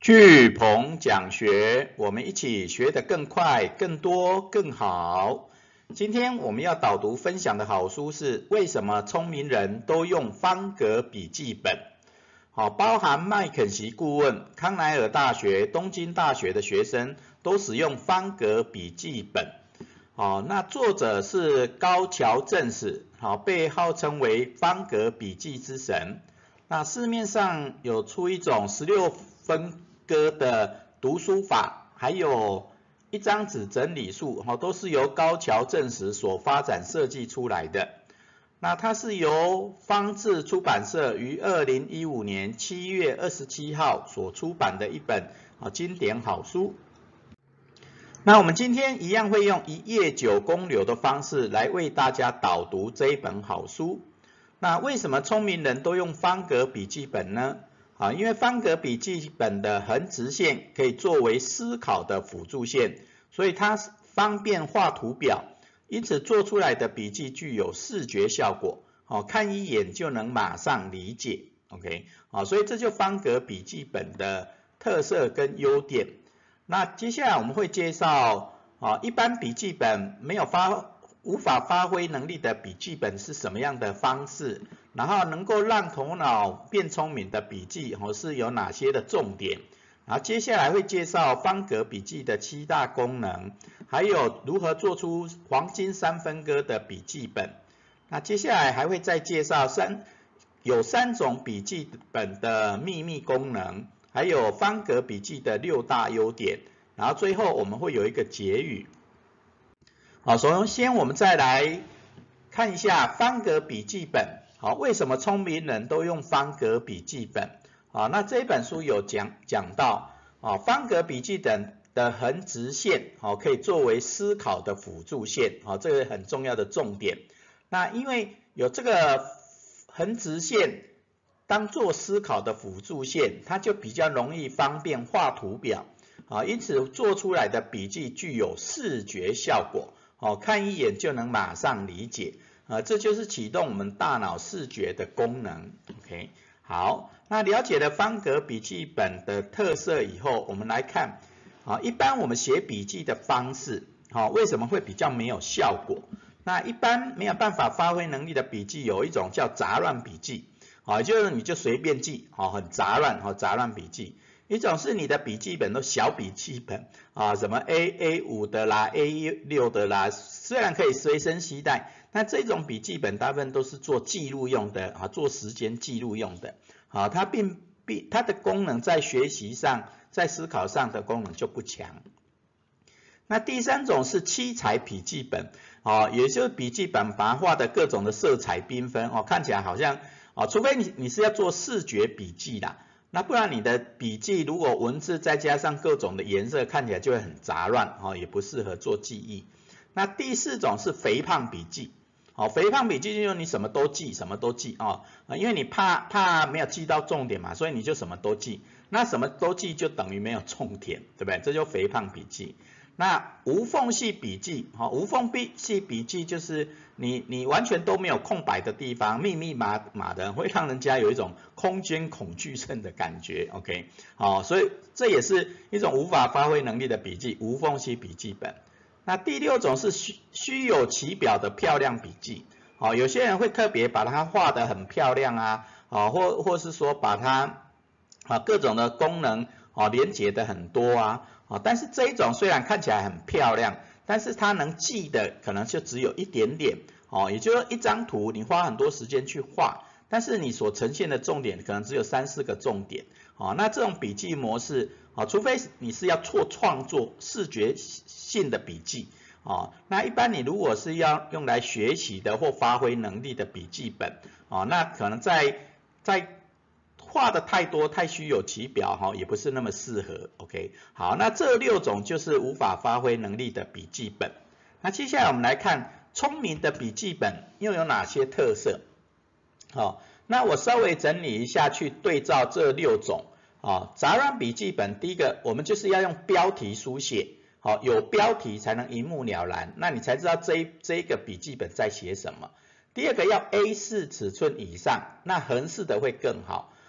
巨鹏讲学，我们一起学得更快、更多、更好。今天我们要导读分享的好书是《为什么聪明人都用方格笔记本》。包含麦肯锡顾问、康奈尔大学、东京大学的学生都使用方格笔记本。那作者是高桥正史，被号称为方格笔记之神。那市面上有出一种16分割的读书法，还有一张纸整理术，都是由高桥正史所发展设计出来的。那它是由方志出版社于2015年7月27号所出版的一本经典好书。那我们今天一样会用1页9公流的方式来为大家导读这一本好书。那为什么聪明人都用方格笔记本呢？因为方格笔记本的横直线可以作为思考的辅助线，所以它方便画图表，因此做出来的笔记具有视觉效果，看一眼就能马上理解。OK， 所以这就方格笔记本的特色跟优点。那接下来我们会介绍一般笔记本无法发挥能力的笔记本是什么样的方式，然后能够让头脑变聪明的笔记是有哪些的重点，然后接下来会介绍方格笔记的7大功能，还有如何做出黄金3分割的笔记本。那接下来还会再介绍有3种笔记本的秘密功能，还有方格笔记的6大优点，然后最后我们会有一个结语。首先我们再来看一下方格笔记本。为什么聪明人都用方格笔记本？那这本书有讲到，方格笔记本的横直线可以作为思考的辅助线，这个很重要的重点。那因为有这个横直线当做思考的辅助线，它就比较容易方便画图表，因此做出来的笔记具有视觉效果，看一眼就能马上理解，这就是启动我们大脑视觉的功能。OK， 好，那了解了方格笔记本的特色以后，我们来看，一般我们写笔记的方式，为什么会比较没有效果？那一般没有办法发挥能力的笔记，有一种叫杂乱笔记，就是你就随便记，很杂乱，杂乱笔记。一种是你的笔记本都小笔记本，什么 A5 的啦 A6 的啦，虽然可以随身携带，但这种笔记本大部分都是做记录用的，做时间记录用的，它的功能在学习上，在思考上的功能就不强。那第3种是七彩笔记本，也就是笔记本把它画的各种的色彩缤纷，看起来好像，除非你是要做视觉笔记啦，那不然你的笔记如果文字再加上各种的颜色，看起来就会很杂乱，也不适合做记忆。那第4种是肥胖笔记，肥胖笔记就是你什么都记，因为你怕没有记到重点嘛，所以你就什么都记。那什么都记就等于没有重点，对不对？这就肥胖笔记。那无缝隙笔记，无缝隙笔记就是你完全都没有空白的地方，密密麻麻的，会让人家有一种空间恐惧症的感觉。OK， 所以这也是一种无法发挥能力的笔记，无缝隙笔记本。那第6种是虚有其表的漂亮笔记，有些人会特别把它画得很漂亮啊，或是说把它各种的功能连结的很多啊。但是这一种虽然看起来很漂亮，但是它能记的可能就只有一点点，也就是说一张图你花很多时间去画，但是你所呈现的重点可能只有3、4个重点，那这种笔记模式，除非你是要创作视觉性的笔记，那一般你如果是要用来学习的或发挥能力的笔记本，那可能在画的太多太虚有其表，也不是那么适合。 OK， 好，那这6种就是无法发挥能力的笔记本。那接下来我们来看聪明的笔记本又有哪些特色。那我稍微整理一下去对照这6种。杂乱笔记本，第一个我们就是要用标题书写，有标题才能一目了然，那你才知道这个笔记本在写什么。第二个要 A4 尺寸以上，那横式的会更好。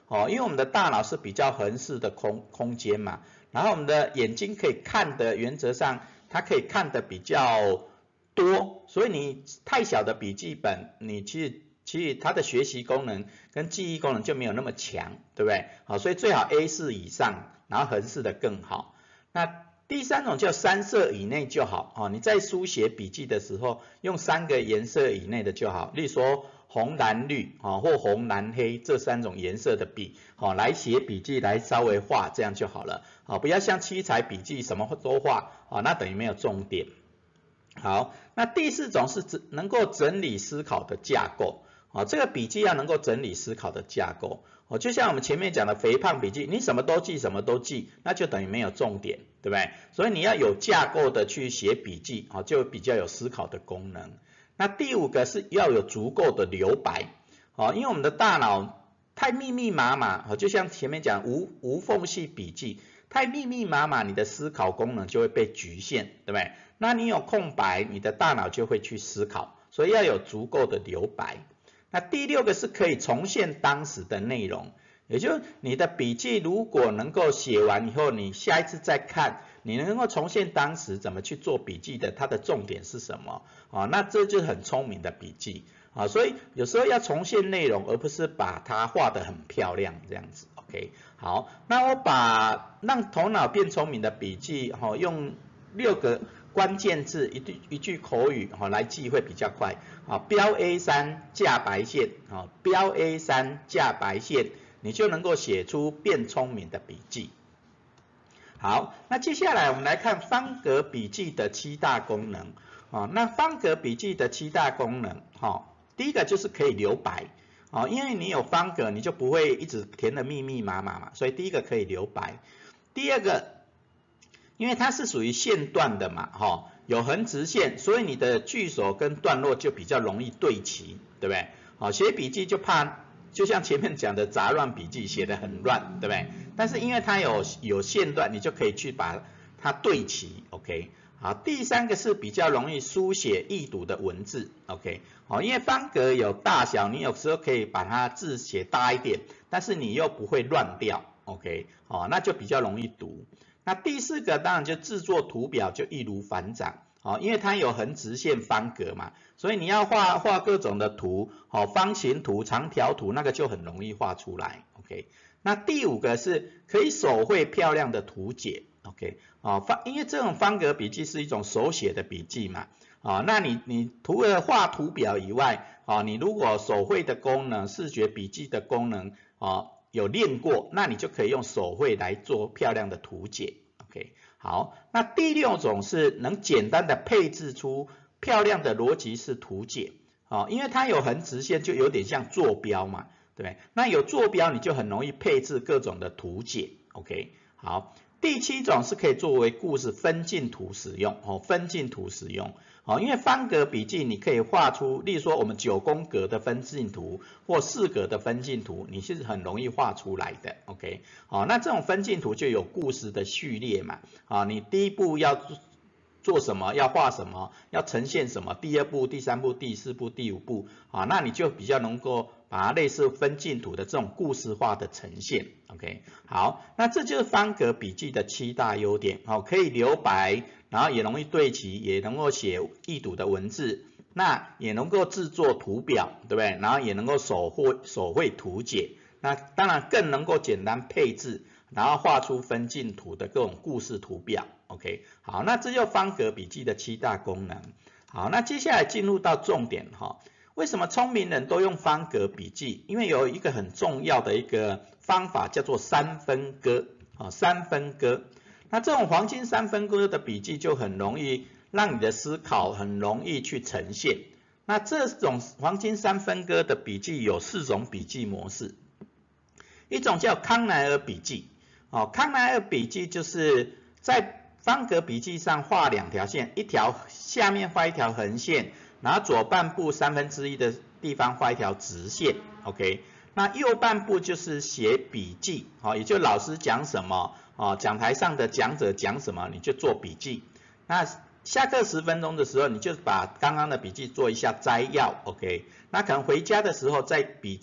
因为我们的大脑是比较横式的空间嘛，然后我们的眼睛可以看的，原则上它可以看的比较多，所以你太小的笔记本，你其实它的学习功能跟记忆功能就没有那么强，对不对？好，所以最好 A4 以上，然后横式的更好。那第三种叫3色以内就好，你在书写笔记的时候用3个颜色以内的就好，例如说红蓝绿或红蓝黑这3种颜色的笔来写笔记，来稍微画这样就好了，不要像七彩笔记什么都画，那等于没有重点。好，那第4种是能够整理思考的架构，这个笔记要能够整理思考的架构，就像我们前面讲的肥胖笔记，你什么都记什么都记，那就等于没有重点，对不对？所以你要有架构的去写笔记，就比较有思考的功能。那第5个是要有足够的留白，因为我们的大脑太密密麻麻，就像前面讲无缝隙笔记，太密密麻麻，你的思考功能就会被局限，对不对？那你有空白，你的大脑就会去思考，所以要有足够的留白。那第6个是可以重现当时的内容，也就是你的笔记如果能够写完以后，你下一次再看，你能够重现当时怎么去做笔记的，它的重点是什么，那这就是很聪明的笔记，所以有时候要重现内容，而不是把它画得很漂亮这样子 ，OK。好，那我把让头脑变聪明的笔记，用6个关键字一句口语来记会比较快，标 A3 架白线，标 A3 架白线，你就能够写出变聪明的笔记。好，那接下来我们来看方格笔记的7大功能，那方格笔记的7大功能，第一个就是可以留白，因为你有方格，你就不会一直填得密密麻麻嘛，所以第一个可以留白。第2个，因为它是属于线段的嘛，有横直线，所以你的句首跟段落就比较容易对齐，对不对？写笔记就怕，就像前面讲的杂乱笔记写得很乱，对不对？但是因为它有线段，你就可以去把它对齐 ，OK。好，第3个是比较容易书写易读的文字 ，OK。因为方格有大小，你有时候可以把它字写大一点，但是你又不会乱掉 ，OK。那就比较容易读。那第4个当然就制作图表就易如反掌，因为它有横直线方格嘛，所以你要画各种的图，方形图、长条图，那个就很容易画出来 ，OK。那第5个是可以手绘漂亮的图解 ，OK。因为这种方格笔记是一种手写的笔记嘛，那你除了画图表以外，你如果手绘的功能、视觉笔记的功能，有练过，那你就可以用手绘来做漂亮的图解 ，OK。好，那第6种是能简单的配置出漂亮的逻辑式图解，因为它有横直线，就有点像坐标嘛，对不对？那有坐标，你就很容易配置各种的图解 ，OK。好，第7种是可以作为故事分镜图使用，分镜图使用，因为方格笔记你可以画出，例如说我们9宫格的分镜图或4格的分镜图，你是很容易画出来的 ，OK。那这种分镜图就有故事的序列嘛，你第1步要做什么，要画什么，要呈现什么，第2步、第3步、第4步、第5步，那你就比较能够把它类似分镜图的这种故事化的呈现 ，OK。好，那这就是方格笔记的7大优点，可以留白，然后也容易对齐，也能够写易读的文字，那也能够制作图表，对不对？然后也能够手绘图解，那当然更能够简单配置，然后画出分镜图的各种故事图表 ，OK。好，那这就是方格笔记的7大功能。好，那接下来进入到重点哈。为什么聪明人都用方格笔记？因为有一个很重要的一个方法叫做3分割，3分割。那这种黄金3分割的笔记就很容易让你的思考很容易去呈现。那这种黄金3分割的笔记有4种笔记模式，一种叫康奈尔笔记，康奈尔笔记就是在方格笔记上画2条线，一条下面画一条横线。然后左半部1/3的地方画一条直线 ，OK。那右半部就是写笔记，也就老师讲什么，讲台上的讲者讲什么，你就做笔记。那下课10分钟的时候，你就把刚刚的笔记做一下摘要 ，OK。那可能回家的时候再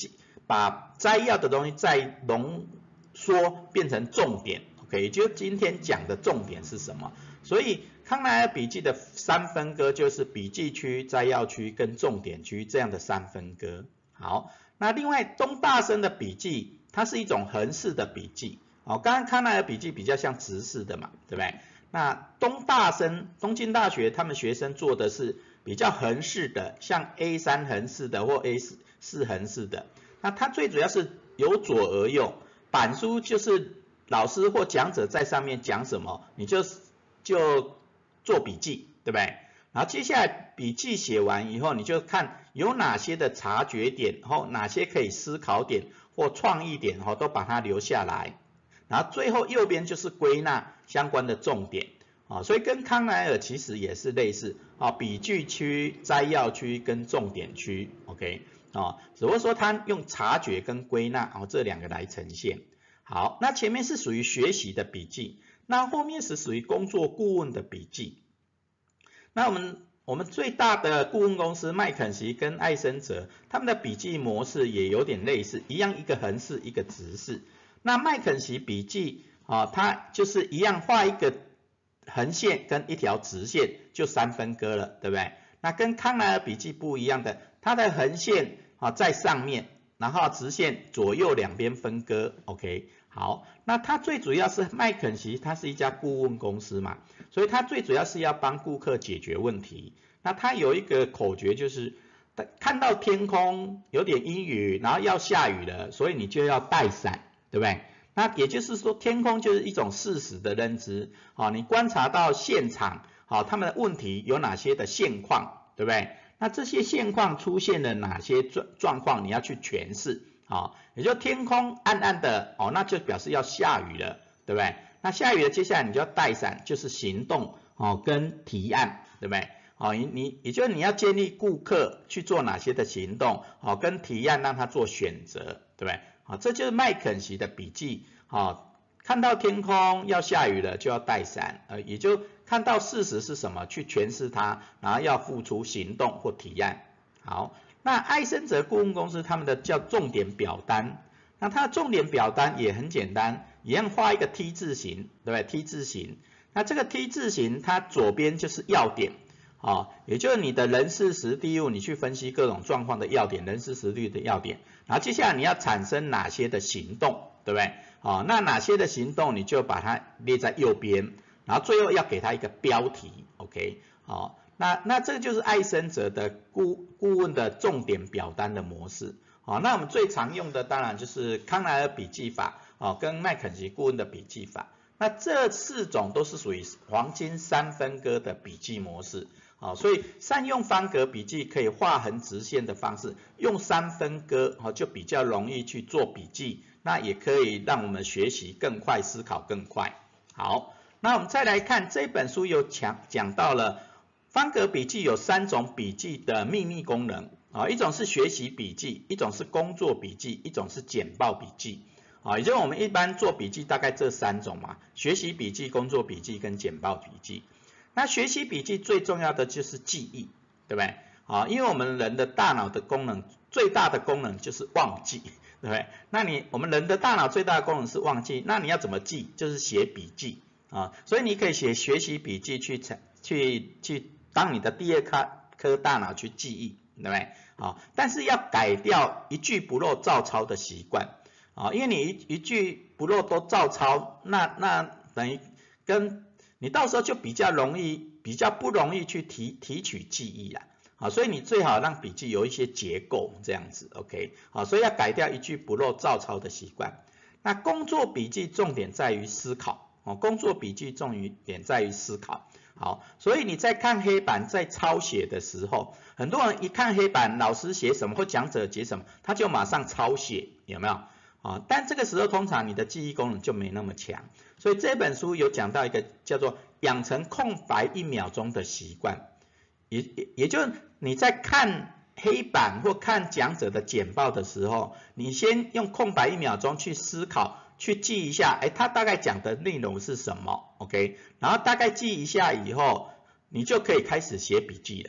把摘要的东西再浓缩变成重点 ，OK， 也就今天讲的重点是什么？所以康奈尔笔记的3分割就是笔记区、摘要区跟重点区这样的3分割。好，那另外东大生的笔记，它是一种横式的笔记。好，刚刚康奈尔笔记比较像直式的嘛，对不对？那东京大学他们学生做的是比较横式的，像 A3 横式的或 A4 横式的。那它最主要是由左而右，板书就是老师或讲者在上面讲什么，你就做笔记，对不对？然后接下来笔记写完以后，你就看有哪些的察觉点，然哪些可以思考点或创意点，都把它留下来。然后最后右边就是归纳相关的重点，所以跟康奈尔其实也是类似，笔记区、摘要区跟重点区 ，OK， 只不过说它用察觉跟归纳，这2个来呈现。好，那前面是属于学习的笔记，那后面是属于工作顾问的笔记。那我们最大的顾问公司麦肯锡跟艾森哲，他们的笔记模式也有点类似，一样一个横式，一个直式。那麦肯锡笔记它就是一样画一个横线跟一条直线，就3分割了，对不对？那跟康奈尔笔记不一样的，它的横线在上面，然后直线左右两边分割 ，OK。好，那它最主要是麦肯锡，它是一家顾问公司嘛，所以它最主要是要帮顾客解决问题。那它有一个口诀就是，看到天空有点阴雨，然后要下雨了，所以你就要带伞。对不对？那也就是说，天空就是一种事实的认知，你观察到现场，他们的问题有哪些的现况，对不对？那这些现况出现了哪些状况，你要去诠释，也就天空暗暗的，那就表示要下雨了，对不对？那下雨了，接下来你就要带伞，就是行动，跟提案，对不对？也就是你要建议顾客去做哪些的行动，跟提案让他做选择，对不对？这就是麦肯锡的笔记，看到天空要下雨了就要带伞，也就看到事实是什么去诠释它，然后要付出行动或提案。好，那艾森哲顾问公司他们的叫重点表单，那它的重点表单也很简单，一样画一个 T 字形，对不对 ？T 字形，那这个 T 字形它左边就是要点。也就是你的人事时地物，你去分析各种状况的要点，人事时地的要点，然后接下来你要产生哪些的行动，对不对？那哪些的行动你就把它列在右边，然后最后要给它一个标题 ，OK， 那这个就是艾森哲的顾问的重点表单的模式，那我们最常用的当然就是康奈尔笔记法，跟麦肯锡顾问的笔记法，那这4种都是属于黄金3分割的笔记模式。所以善用方格笔记可以画横直线的方式，用3分割就比较容易去做笔记，那也可以让我们学习更快，思考更快。好，那我们再来看这本书有讲到了方格笔记有3种笔记的秘密功能，一种是学习笔记，一种是工作笔记，一种是简报笔记。也就是我们一般做笔记大概这3种嘛，学习笔记、工作笔记跟简报笔记。那学习笔记最重要的就是记忆，对不对？因为我们人的大脑的功能最大的功能就是忘记，对不对？那我们人的大脑最大的功能是忘记，那你要怎么记？就是写笔记所以你可以写学习笔记去当你的第2颗大脑去记忆，对不对？但是要改掉一句不漏照抄的习惯因为你一句不漏都照抄，那等于你到时候就比较不容易去提取记忆啦，所以你最好让笔记有一些结构这样子 ，OK， 所以要改掉一句不漏照抄的习惯。那工作笔记重点在于思考，工作笔记重点在于思考。好，所以你在看黑板在抄写的时候，很多人一看黑板，老师写什么或讲者写什么，他就马上抄写，有没有？但这个时候通常你的记忆功能就没那么强，所以这本书有讲到一个叫做养成空白1秒钟的习惯，也就是你在看黑板或看讲者的简报的时候，你先用空白1秒钟去思考，去记一下，他大概讲的内容是什么 ，OK， 然后大概记一下以后，你就可以开始写笔记了。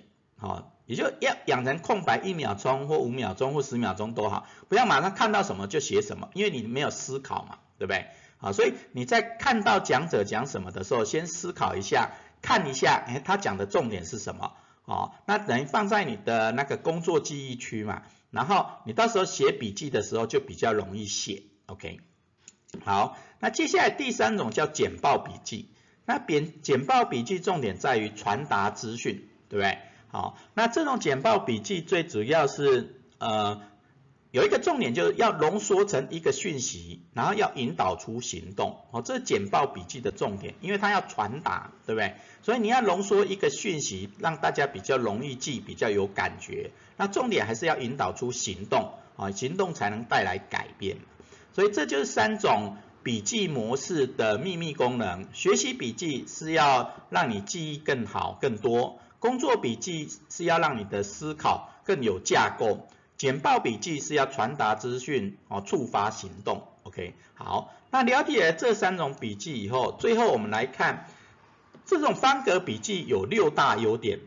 也就要养成空白1秒钟或5秒钟或10秒钟都好，不要马上看到什么就写什么，因为你没有思考嘛，对不对？所以你在看到讲者讲什么的时候，先思考一下，看一下，他讲的重点是什么，那等于放在你的那个工作记忆区嘛，然后你到时候写笔记的时候就比较容易写 ，OK。好，那接下来第3种叫简报笔记，那简报笔记重点在于传达资讯，对不对？好，那这种简报笔记最主要是有一个重点就是要浓缩成一个讯息，然后要引导出行动，这是简报笔记的重点，因为它要传达，对不对？所以你要浓缩一个讯息，让大家比较容易记，比较有感觉。那重点还是要引导出行动，行动才能带来改变。所以这就是3种笔记模式的秘密功能。学习笔记是要让你记忆更好、更多。工作笔记是要让你的思考更有架构，简报笔记是要传达资讯，触发行动。OK， 好，那了解了这3种笔记以后，最后我们来看这种方格笔记有6大优点。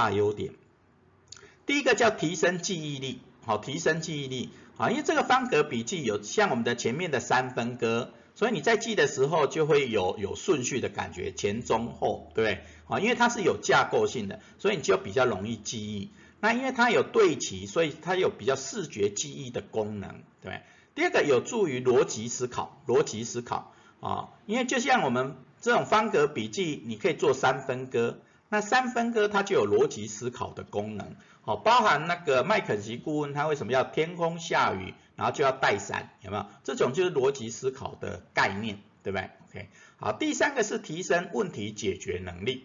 第一个叫提升记忆力，提升记忆力，因为这个方格笔记有像我们的前面的3分割。所以你在记的时候就会有顺序的感觉，前中后，对不对？因为它是有架构性的，所以你就比较容易记忆。那因为它有对齐，所以它有比较视觉记忆的功能，对不对？第二个有助于逻辑思考，因为就像我们这种方格笔记，你可以做3分割，那3分割它就有逻辑思考的功能，包含那个麦肯锡顾问他为什么要天空下雨，然后就要带伞，有没有？这种就是逻辑思考的概念，对不对 ？OK， 好，第3个是提升问题解决能力，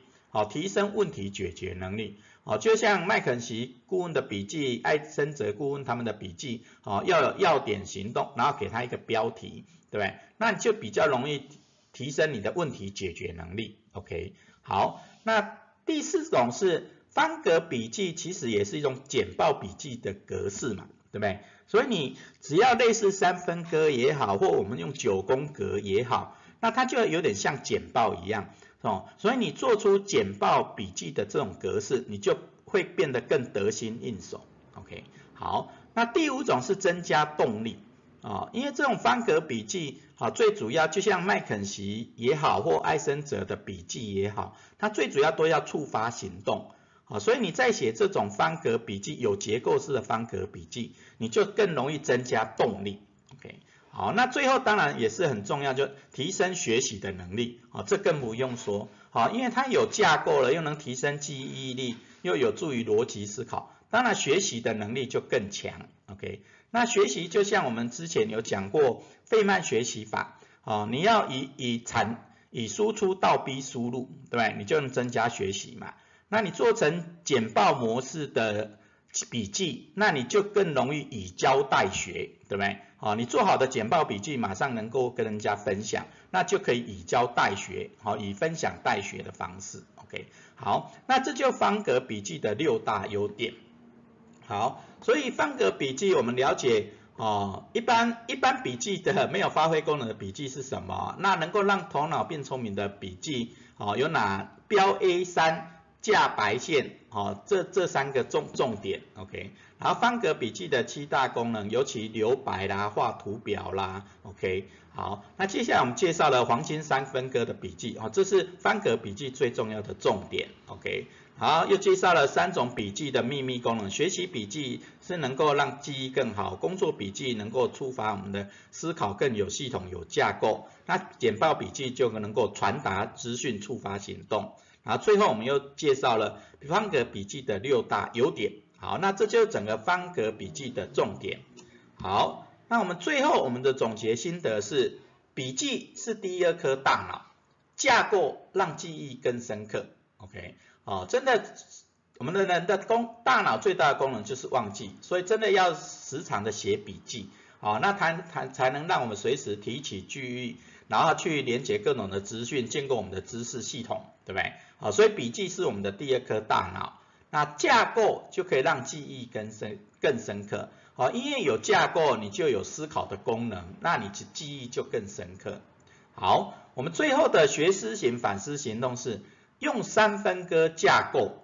就像麦肯锡顾问的笔记，艾森哲顾问他们的笔记，要有要点行动，然后给他一个标题，对不对？那你就比较容易提升你的问题解决能力 ，OK， 好，那第4种是方格笔记，其实也是一种简报笔记的格式嘛，对不对？所以你只要类似3分割也好，或我们用9宫格也好，那它就有点像简报一样，所以你做出简报笔记的这种格式，你就会变得更得心应手 ，OK， 好，那第5种是增加动力。因为这种方格笔记，最主要就像麦肯锡也好，或艾森哲的笔记也好，它最主要都要触发行动，所以你在写这种方格笔记，有结构式的方格笔记，你就更容易增加动力。OK， 好，那最后当然也是很重要，就提升学习的能力，这更不用说，因为它有架构了，又能提升记忆力，又有助于逻辑思考，当然学习的能力就更强。OK。那学习就像我们之前有讲过费曼学习法，你要以输出倒逼输入，对不对？你就能增加学习嘛。那你做成简报模式的笔记，那你就更容易以教代学，对不对？你做好的简报笔记马上能够跟人家分享，那就可以以教代学，以分享代学的方式 ，OK。好，那这就方格笔记的6大优点。好，所以方格笔记我们了解一般笔记的没有发挥功能的笔记是什么？那能够让头脑变聪明的笔记有哪标 A3 架白线这3个重点 OK。然后方格笔记的7大功能，尤其留白啦、画图表啦 OK。好，那接下来我们介绍了黄金3分割的笔记这是方格笔记最重要的重点 OK。好，又介绍了3种笔记的秘密功能。学习笔记是能够让记忆更好，工作笔记能够触发我们的思考更有系统、有架构。那简报笔记就能够传达资讯、触发行动。然后最后我们又介绍了方格笔记的6大优点。好，那这就是整个方格笔记的重点。好，那我们最后我们的总结心得是：笔记是第2颗大脑，架构让记忆更深刻。OK。真的，我们的人的大脑最大的功能就是忘记，所以真的要时常的写笔记，那才能让我们随时提起记忆，然后去连接各种的资讯，建构我们的知识系统，对不对？所以笔记是我们的第2颗大脑，那架构就可以让记忆更深刻，因为有架构，你就有思考的功能，那你记忆就更深刻。好，我们最后的学思行反思行动是用3分割架构，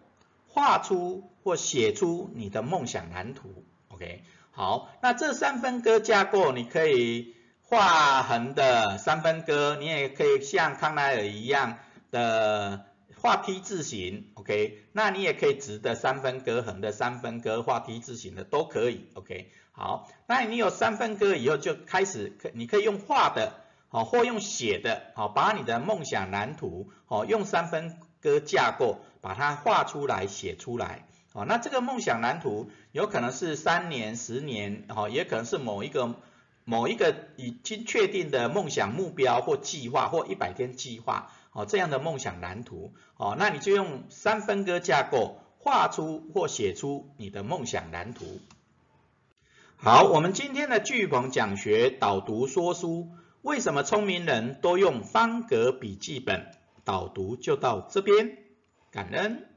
画出或写出你的梦想蓝图。OK， 好，那这三分割架构你可以画横的三分割，你也可以像康奈尔一样的画 T 字形 ，OK， 那你也可以直的三分割、横的三分割、画 T 字形的都可以 ，OK， 好，那你有三分割以后就开始，你可以用画的，或用写的，把你的梦想蓝图，用三分割架构把它画出来、写出来。那这个梦想蓝图有可能是3年、10年，也可能是某一个已经确定的梦想目标或计划或100天计划，这样的梦想蓝图，那你就用三分割架构画出或写出你的梦想蓝图。好，我们今天的巨鹏讲学导读说书，为什么聪明人都用方格笔记本？导读就到这边，感恩。